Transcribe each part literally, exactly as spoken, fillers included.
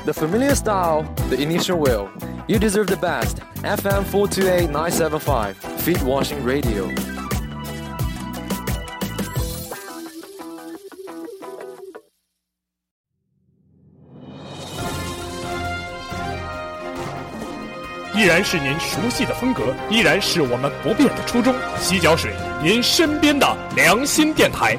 The familiar style, the initial will. You deserve the best. F M four two eight nine seven five, Feet Washing Radio. 依然是您熟悉的风格，依然是我们不变的初衷。洗脚水，您身边的良心电台。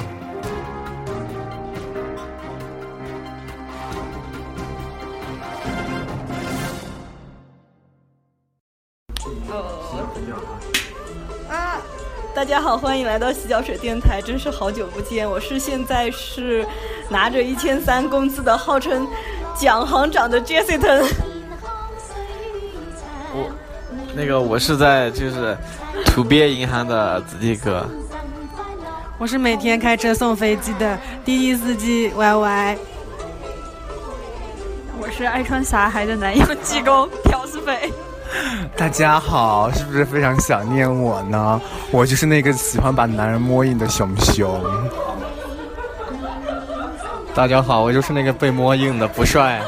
啊，大家好，欢迎来到洗脚水电台，真是好久不见。我是现在是拿着一千三工资的，号称蒋行长的 Jessiton。 我那个我是在就是土鳖银行的子弟哥。 我是每天开车送飞机的滴滴司机 Y Y。 我是爱穿霞海的南洋技工朴思菲。 大家好，是不是非常想念我呢？我就是那个喜欢把男人摸硬的熊熊。 大家好，我就是那个被摸硬的不帅。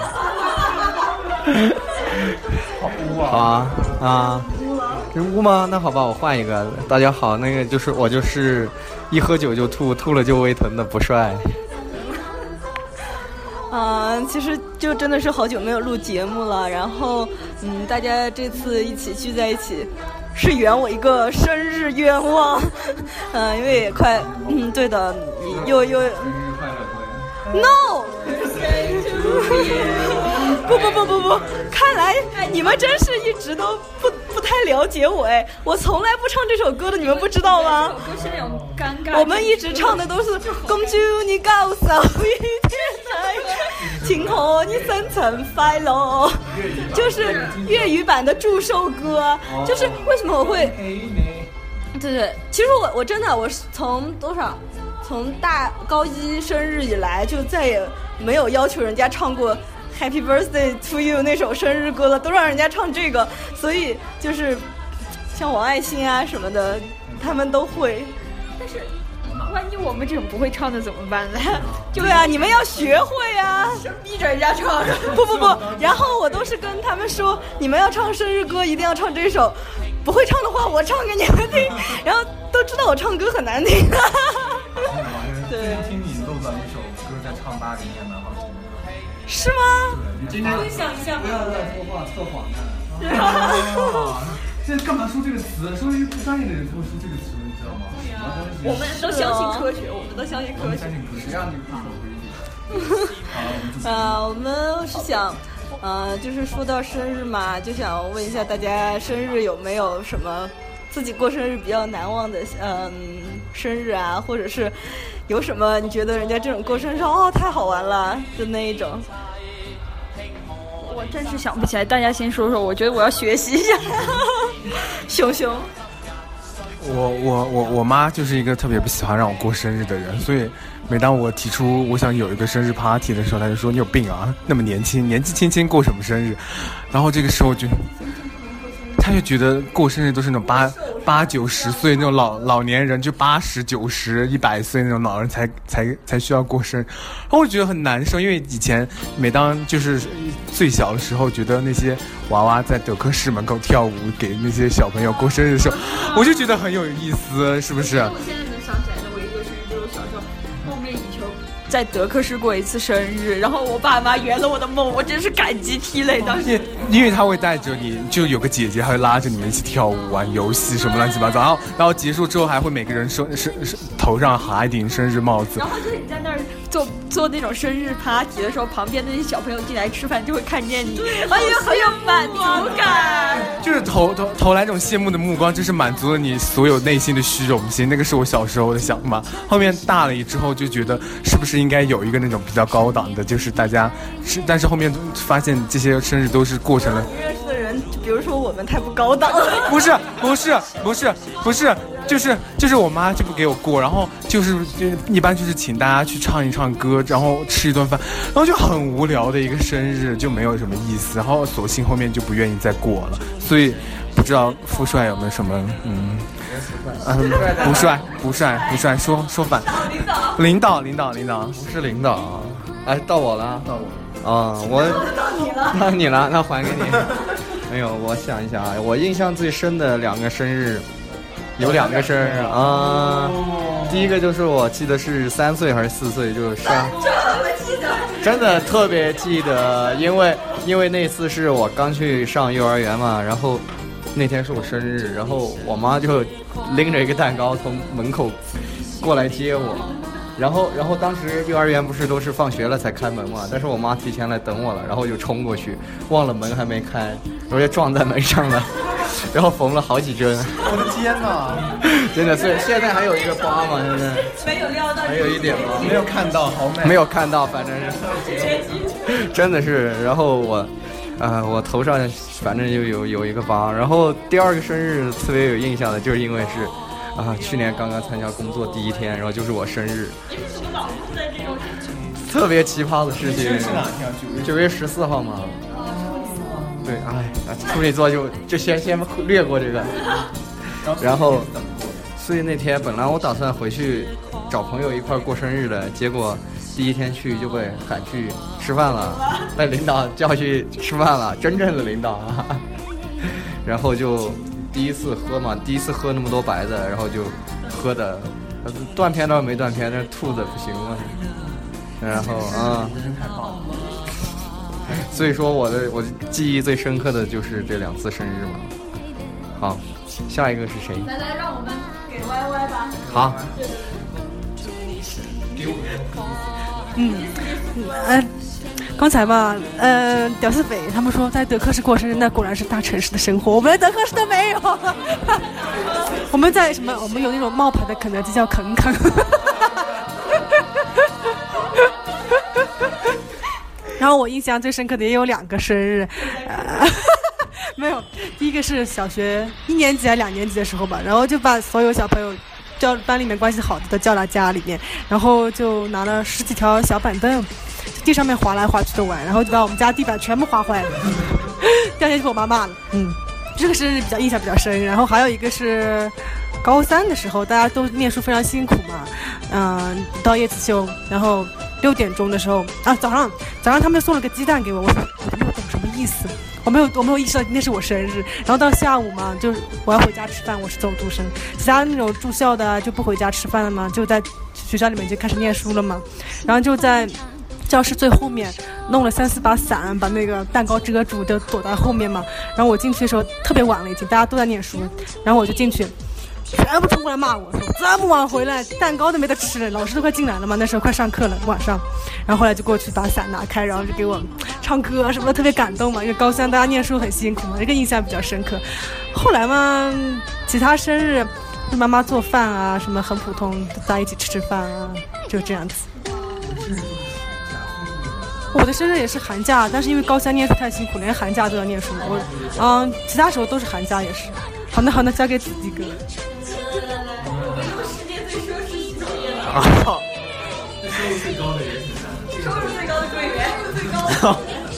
好啊啊，人污吗？那好吧，我换一个。大家好，那个就是我就是一喝酒就吐，吐了就胃疼的不帅。 嗯、呃，其实就真的是好久没有录节目了，然后嗯，大家这次一起聚在一起，是圆我一个生日愿望。嗯、呃，因为也快，嗯，对的，又又。生日快乐！No。不不不不不，看来你们真是一直都不不太了解我哎，我从来不唱这首歌的，你们不知道吗？ 这首歌是那种尴尬。 我们一直唱的都是公主你高手一天来，请和你生辰快乐，就是粤语版的祝寿歌。就是为什么我会？对对，其实我我真的我是从多少？从大高一生日以来，就再也没有要求人家唱过 Happy Birthday to You 那首生日歌了，都让人家唱这个，所以就是像王爱欣啊什么的，他们都会。 但是万一我们这种不会唱的怎么办呢？ 对啊，你们要学会啊， 逼着人家唱。 不不不，然后我都是跟他们说，你们要唱生日歌一定要唱这首，不会唱的话我唱给你们听，然后都知道我唱歌很难听。 对，听你录了一首歌在唱八零年蛮好听的。 是吗？ 你今天分享一下， 不要再说话测谎了。这干嘛说这个词？说一个不专业的人才会说这个词，你知道吗？ 我们都相信科学，我们都相信科学。 谁让你不可不一定？ 呃，我们是想，呃，就是说到生日嘛，就想问一下大家，生日有没有什么自己过生日比较难忘的，嗯，生日啊，或者是有什么你觉得人家这种过生日哦太好玩了的那一种？ 我真是想不起来，大家先说说，我觉得我要学习一下。熊熊， 我我我我妈就是一个特别不喜欢让我过生日的人，所以每当我提出我想有一个生日 party 的时候，她就说你有病啊，那么年轻，年纪轻轻过什么生日？然后这个时候就。他就觉得过生日都是那种八八九十岁那种老老年人，就八十九十一百岁那种老人才才才需要过生日，然后我觉得很难受，因为以前每当就是最小的时候，觉得那些娃娃在德克士门口跳舞给那些小朋友过生日的时候，我就觉得很有意思，是不是？ 我现在能想起来的唯一的生日就是我小时候梦寐以求在德克士过一次生日，然后我爸妈圆了我的梦，我真是感激涕泪。当时因为他会带着你，就有个姐姐，还会拉着你们一起跳舞、玩游戏什么乱七八糟，然后然后结束之后还会每个人收是是头上哈一顶生日帽子， 然后就是你在那儿做做那种生日 party 的时候，旁边那些小朋友进来吃饭就会看见你，哎呀，很有满足感， 就是投投投来这种羡慕的目光，就是满足了你所有内心的虚荣心。那个是我小时候的想法，后面大了之后就觉得是不是应该有一个那种比较高档的，就是大家是，但是后面发现这些生日都是过成了。 你认识的人，比如说我们太不高档了。 不是不是不是不是，就是就是我妈就不给我过，然后就是就一般就是请大家去唱一唱歌，然后吃一顿饭，然后就很无聊的一个生日，就没有什么意思，然后索性后面就不愿意再过了。所以不知道富帅有没有什么嗯嗯不帅不帅不帅说说反领导领导领导不是领导啊，哎到我了到我啊我到你了到你了那还给你。没有，我想一想啊，我印象最深的两个生日，有两个生日啊、呃。第一个就是我记得是三岁还是四岁，就是上，真的特别记得，因为因为那次是我刚去上幼儿园嘛，然后那天是我生日，然后我妈就拎着一个蛋糕从门口过来接我。然后，然后当时幼儿园不是都是放学了才开门嘛？但是我妈提前来等我了，然后就冲过去，忘了门还没开，然后就撞在门上了，然后缝了好几针。 我的天哪！ 真的是，现在还有一个疤嘛？现在没有料到， 还有一点吗？ 没有看到，好美。 没有看到，反正是，真的是。然后我，呃，我头上反正就有有一个疤。然后第二个生日特别有印象的，就是因为是。啊，去年刚刚参加工作第一天，然后就是我生日，特别奇葩的事情。 是哪天？ 九月十四号嘛。对，哎，处女座就就先先略过这个。然后，所以那天本来我打算回去找朋友一块过生日的，结果第一天去就被喊去吃饭了，被领导叫去吃饭了，真正的领导啊。然后就。第一次喝嘛，第一次喝那么多白的，然后就喝的断片倒没断片，但是吐的不行了。然后啊，所以说我的我记忆最深刻的就是这两次生日嘛。好，下一个是谁？ 来来，让我们给 Y Y 吧。 好。 嗯，嗯。刚才嘛，呃，屌丝匪他们说在德克士过生日，那果然是大城市的生活。我们德克士都没有，我们在什么？我们有那种冒牌的肯德基叫肯肯。然后我印象最深刻的也有两个生日，呃、没有，第一个是小学一年级还两年级的时候吧，然后就把所有小朋友叫班里面关系好的都叫到家里面，然后就拿了十几条小板凳。地上面滑来滑去的玩，然后就把我们家地板全部滑坏了。第二天就被我妈骂了。嗯，这个是比较印象比较深。然后还有一个是高三的时候，大家都念书非常辛苦嘛，嗯、呃，到夜自修，然后六点钟的时候啊，早上早上他们送了个鸡蛋给我，我说我没有懂什么意思，我没有我没有意识到今天是我生日。然后到下午嘛，就是我要回家吃饭，我是走读生，其他那种住校的就不回家吃饭了嘛，就在学校里面就开始念书了嘛，然后就在。教室最后面弄了三四把伞，把那个蛋糕遮住，就躲在后面嘛。然后我进去的时候特别晚了，已经大家都在念书，然后我就进去，全部冲过来骂我说这么晚回来，蛋糕都没得吃了，老师都快进来了嘛，那时候快上课了晚上。然后后来就过去把伞拿开，然后就给我唱歌什么的，特别感动嘛，因为高三大家念书很辛苦嘛，这个印象比较深刻。后来嘛，其他生日妈妈做饭啊什么很普通，大家一起吃吃饭啊，就这样子。我的生日也是寒假，但是因为高三念书太辛苦，连寒假都要念书。我，嗯，其他时候都是寒假也是。好的好的，交给子弟哥。 世界最奢侈酒店了。 啊。 收入最高的也挺难。收入最高的柜员，最高的。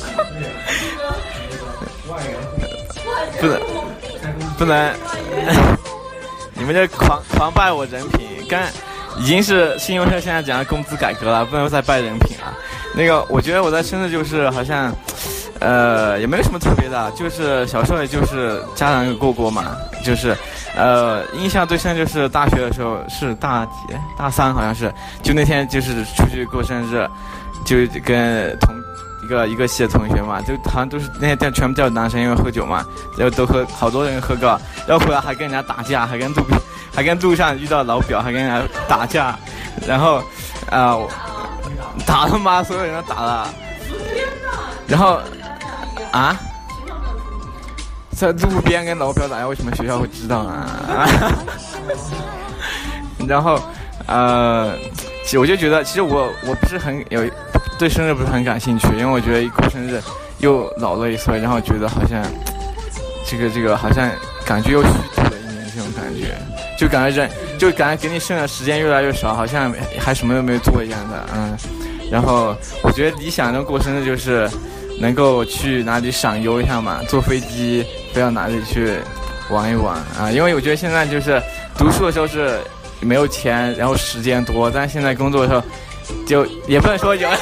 不能，不能。你们这狂狂拜我人品，刚已经是信用社现在讲的工资改革了，不能再拜人品了。那个，我觉得我在生日就是好像，呃，也没有什么特别的，就是小时候也就是家长有过过嘛，就是，呃，印象最深就是大学的时候是大几大三好像是，就那天就是出去过生日，就跟同一个一个系的同学嘛，就好像都是那天全部叫男生，因为喝酒嘛，然后都喝好多人喝高，然后回来还跟人家打架，还跟路还跟路上遇到老表还跟人家打架，然后啊。呃打了吗？所有人都打了。然后，啊，在路边跟老表打架，为什么学校会知道呢？然后，呃，其实我就觉得，其实我我不是很有对生日不是很感兴趣，因为我觉得一过生日又老了一岁，然后觉得好像这个这个好像感觉又虚度了一年，这种感觉，就感觉人就感觉给你剩的时间越来越少，好像还什么都没有做一样的，嗯。然后我觉得理想中过生日就是能够去哪里赏游一下嘛，坐飞机飞到哪里去玩一玩啊，因为我觉得现在就是读书的时候是没有钱，然后时间多，但现在工作的时候就也不能说有。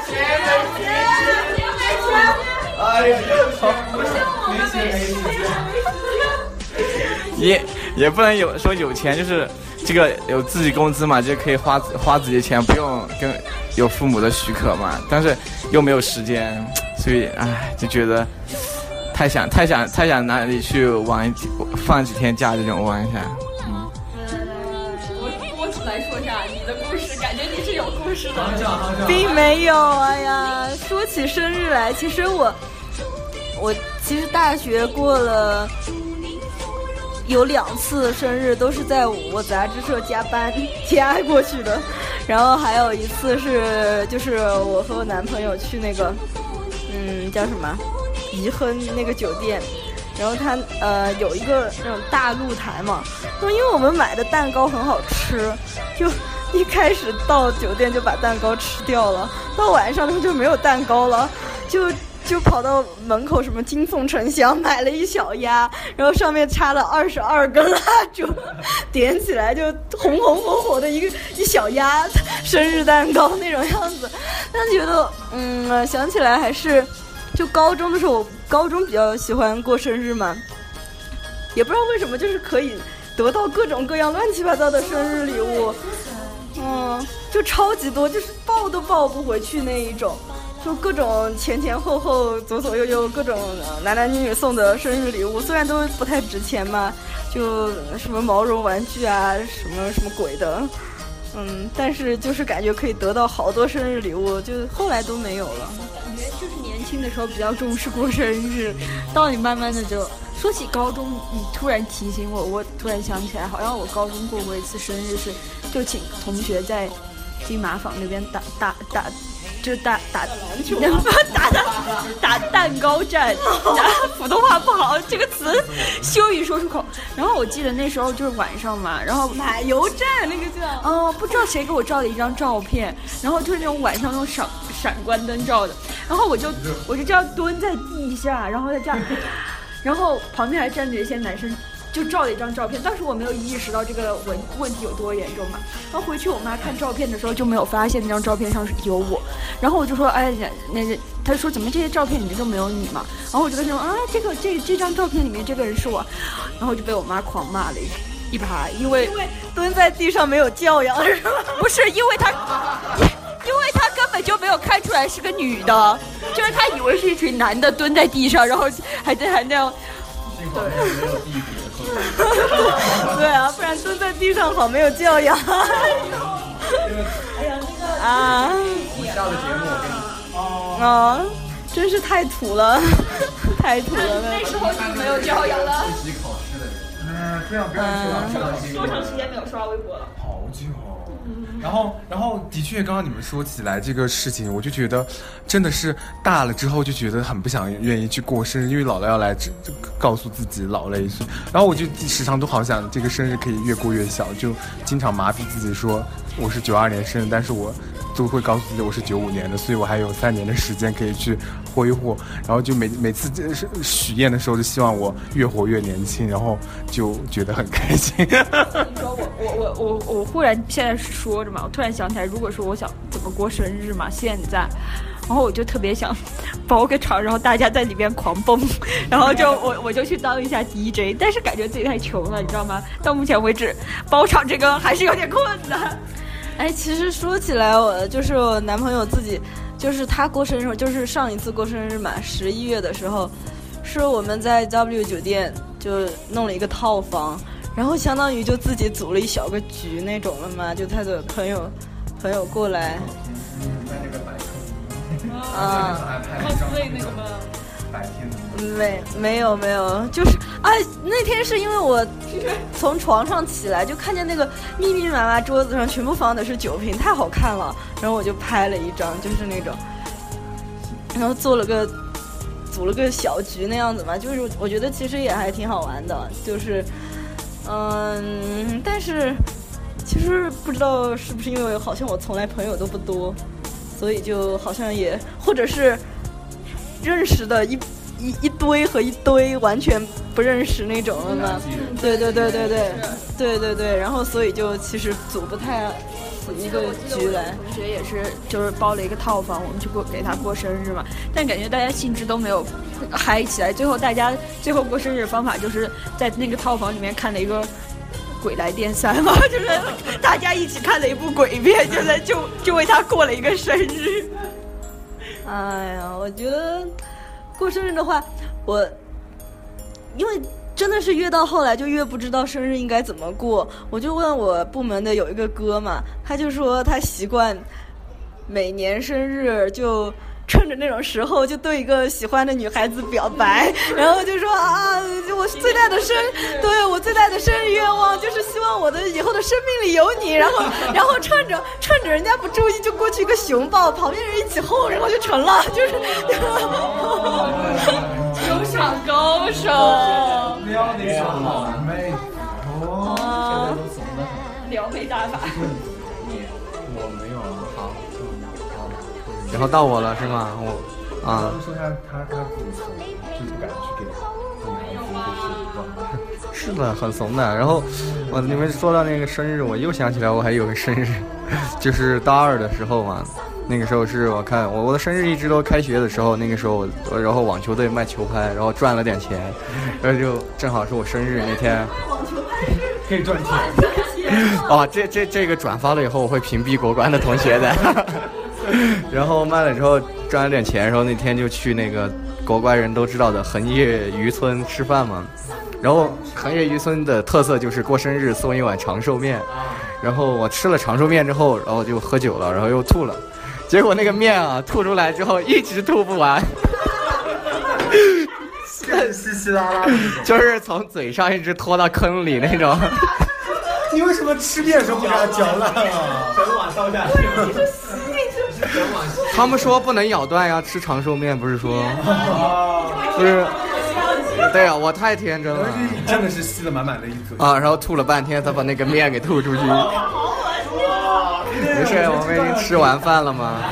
也也不能有说有钱，就是这个有自己工资嘛，就可以花花自己的钱，不用跟有父母的许可嘛，但是又没有时间，所以唉，就觉得太想太想太想哪里去玩，放几天假这种玩一下。 嗯，我我来说一下你的故事，感觉你是有故事的。 并没有，哎呀，说起生日来，其实我我其实大学过了有两次生日，都是在我杂志社加班加过去的，然后还有一次是就是我和我男朋友去那个嗯叫什么怡亨那个酒店，然后他呃有一个那种大露台嘛，然后因为我们买的蛋糕很好吃，就一开始到酒店就把蛋糕吃掉了，到晚上的时候就没有蛋糕了，就就跑到门口什么金凤城乡买了一小鸭，然后上面插了二十二根蜡烛，点起来就红红火火的一个一小鸭生日蛋糕那种样子。但觉得嗯想起来还是就高中的时候，我高中比较喜欢过生日嘛，也不知道为什么就是可以得到各种各样乱七八糟的生日礼物，嗯，就超级多，就是抱都抱不回去那一种，就各种前前后后左左右右各种男男女女送的生日礼物，虽然都不太值钱嘛，就什么毛绒玩具啊，什么什么鬼的，嗯，但是就是感觉可以得到好多生日礼物，就后来都没有了。 感觉就是年轻的时候比较重视过生日，到你慢慢的就说起高中，你突然提醒我，我突然想起来，好像我高中过过一次生日是，就请同学在金马坊那边打打打。就打打篮球，打打打蛋糕战，普通话不好，这个词羞于说出口。然后我记得那时候就是晚上嘛，然后奶油战那个叫， 哦、呃，不知道谁给我照了一张照片，然后就是那种晚上那种闪闪光灯照的，然后我就我就这样蹲在地下，然后再这样，然后旁边还站着一些男生。就照了一张照片，当时我没有意识到这个问问题有多严重嘛。然后回去我妈看照片的时候就没有发现那张照片上是有我，然后我就说，哎，那个，她说怎么这些照片里面都没有你嘛？然后我就跟她说啊，这个这这张照片里面这个人是我，然后就被我妈狂骂了一一把，因为因为蹲在地上没有教养是吧？ 不是，因为她，因为她根本就没有看出来是个女的，就是她以为是一群男的蹲在地上，然后还在还那样。 对，没有地铁。 对啊，不然蹲在地上好没有教养。哎呀，那个啊， 我下的节目我跟你啊，真是太土了，太土了。 那时候就没有教养了。 自习考试的人，嗯，这样不要去多长时间没有刷微博了？ 好久。然后，然后的确，刚刚你们说起来这个事情，我就觉得真的是大了之后就觉得很不想愿意去过生日，因为姥姥要来告诉自己老了一岁。然后我就时常都好想这个生日可以越过越小，就经常麻痹自己说我是九二年生日，但是我都会告诉自己我是九五年的，所以我还有三年的时间可以去挥霍。然后就每每次许愿的时候，就希望我越活越年轻，然后就觉得很开心。 你说我我我我我忽然现在是说着嘛，我突然想起来，如果说我想怎么过生日嘛，现在，然后我就特别想包个场，然后大家在里面狂蹦，然后就我我就去当一下 D J， 但是感觉自己太穷了，你知道吗？到目前为止，包场这个还是有点困难。 哎，其实说起来，我就是我男朋友自己，就是他过生日，就是上一次过生日嘛，十一月的时候，是我们在 W 酒店就弄了一个套房，然后相当于就自己组了一小个局那种了嘛，就他的朋友朋友过来， 在那个白天， 啊， 对那个吗？ 白天没没有没有，就是哎，那天是因为我从床上起来就看见那个密密麻麻桌子上全部放的是酒瓶，太好看了，然后我就拍了一张，就是那种，然后做了个组了个小局那样子嘛，就是我觉得其实也还挺好玩的，就是嗯，但是其实不知道是不是因为好像我从来朋友都不多，所以就好像也或者是认识的一一一堆和一堆完全不认识那种了嘛。对对对对对对对对，然后所以就其实组不太一个局来。 同学也是就是包了一个套房，我们去过给他过生日嘛，但感觉大家兴致都没有嗨起来。最后大家最后过生日的方法就是在那个套房里面看了一个鬼来电三嘛，就是大家一起看了一部鬼片，就是就就为他过了一个生日。 哎呀，我觉得过生日的话，我因为真的是越到后来就越不知道生日应该怎么过。我就问我部门的有一个哥嘛，他就说他习惯每年生日就趁着那种时候就对一个喜欢的女孩子表白，然后就说啊，我最大的生，对我最大的生日愿望就是希望我的以后的生命里有你，然后然后趁着趁着人家不注意就过去一个熊抱，旁边人一起哄，然后就成了，就是优场高手， 撩你手好妹哦， 撩妹大法。 我没有啊，好，好，然后到我了是吗？我啊。 他们说他他他自己怂，就不敢去给女孩子就是是的，很怂的。然后我你们说到那个生日，我又想起来我还有个生日，就是大二的时候嘛。那个时候是我看我我的生日一直都开学的时候，那个时候我然后网球队卖球拍，然后赚了点钱，然后就正好是我生日那天。 网球拍是可以赚钱。 哦，这这这个转发了以后，我会屏蔽国关的同学的。然后卖了之后赚了点钱，然后那天就去那个国关人都知道的横叶渔村吃饭嘛。然后横叶渔村的特色就是过生日送一碗长寿面，然后我吃了长寿面之后，然后就喝酒了，然后又吐了。结果那个面啊，吐出来之后一直吐不完， 稀稀拉拉的， 就是从嘴上一直拖到坑里那种。 你为什么吃面的时候不给它嚼烂啊？ 整碗倒下去。 他们说不能咬断呀，吃长寿面不是说，不是。对啊，我太天真了， 真的是吸了满满的一嘴啊，然后吐了半天才把那个面给吐出去。没事，我们已经吃完饭了吗？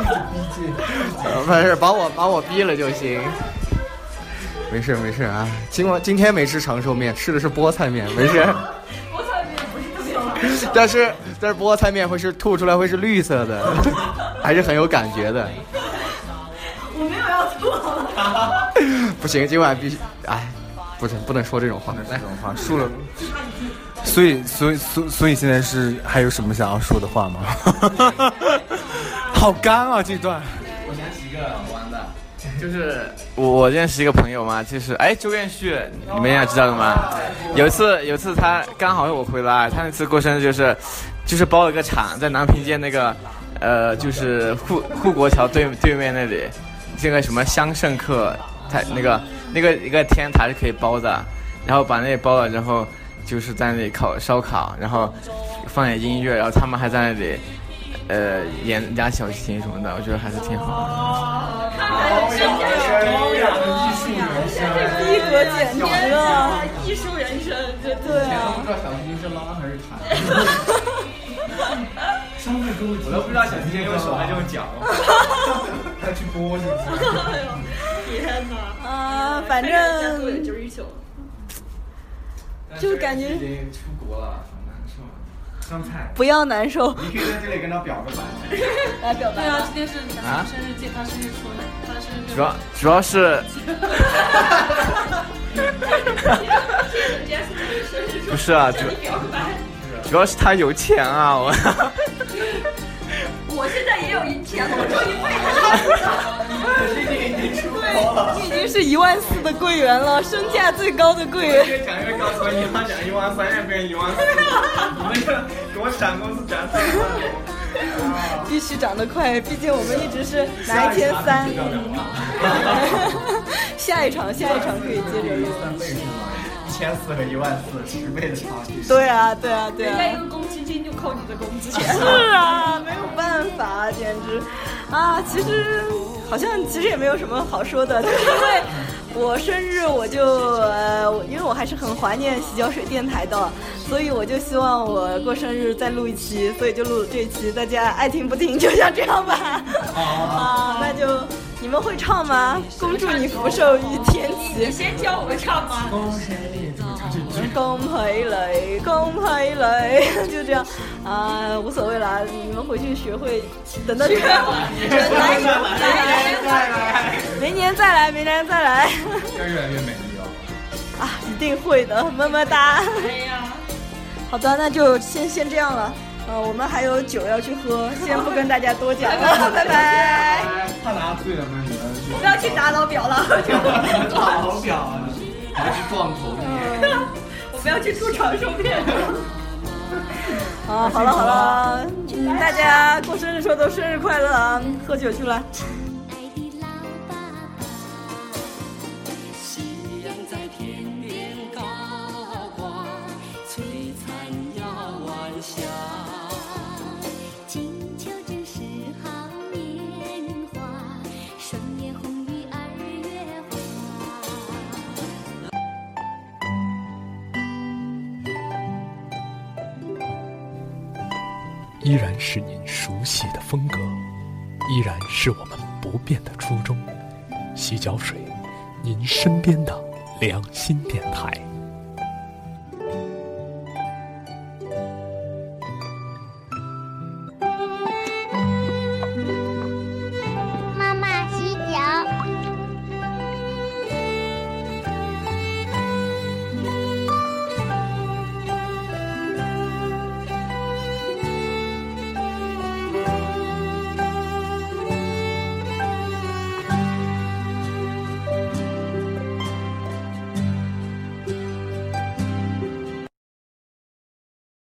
没事，把我把我逼了就行。没事没事啊，今晚今天没吃长寿面，吃的是菠菜面，没事。 菠菜面不是特别好吃。 但是但是菠菜面会是吐出来会是绿色的，还是很有感觉的。 我没有要吐。 不行，今晚必须，哎，不是不能说这种话， 这种话输了。所以，所以，所所以现在是还有什么想要说的话吗？好干啊，这段。 我想起一个玩的，就是我我认识一个朋友嘛，就是哎周彦旭，你们也知道的吗？有一次有一次他刚好我回来，他那次过生日就是就是包了个场，在南平街那个呃就是护护国桥对对面那里，这个什么香盛客，他那个那个一个天台是可以包的，然后把那里包了，然后。就是在那里烤烧烤，然后放点音乐，然后他们还在那里，呃，演人家小提琴什么的，我觉得还是挺好的。 高雅的艺术人生， 逼格简直了， 艺术人生， 对啊。 不知道小提琴是拉还是弹。我都不知道小提琴用手还是用脚。 他去播是不是？ 天哪！ 啊，反正有追求。 就感觉已经出国了，好难受。 香菜不要难受。 你可以在这里跟他表个白。 来表白。 对啊，今天是他生日，借他生日出来，他的生日。 主要主要是。不是啊，主主要是他有钱啊，我。 我现在也有一钱，我终于被他。 你已经是一万四的柜员了，身价最高的柜员。 越讲越高，所以你要讲一万三，要变一万四。你那个给我涨工资涨三万。 必须涨得快，毕竟我们一直是拿一千三。下一场，下一场可以接着录。 一千四和一万四，十倍的差距。 对啊，对啊，对啊。 人家一个公积金就扣你的工资钱。 是啊，没有办法，简直啊！其实好像其实也没有什么好说的，就是因为我生日我就呃，因为我还是很怀念洗脚水电台的，所以我就希望我过生日再录一期，所以就录这一期，大家爱听不听就像这样吧。啊，那就你们会唱吗？恭祝你福寿与天齐。 你先教我们唱吗？ 恭喜你，怎么唱这句？ 恭喜你，恭喜你，就这样啊，无所谓啦，你们回去学会，等到这个来来再来，明年再来，明年再来， 要越来越美丽哦。 啊，一定会的，么么哒。 哎呀， 好的，那就先先这样了。呃，我们还有酒要去喝，先不跟大家多讲了，拜拜。 怕拿醉了吗？你们不要去打老表了， 打老表啊，还是撞头你？ 我不要去出长寿片。 啊，好了好了，嗯，大家过生日时候都生日快乐啊，喝酒去了。 依然是您熟悉的风格，依然是我们不变的初衷。洗脚水，您身边的良心电台。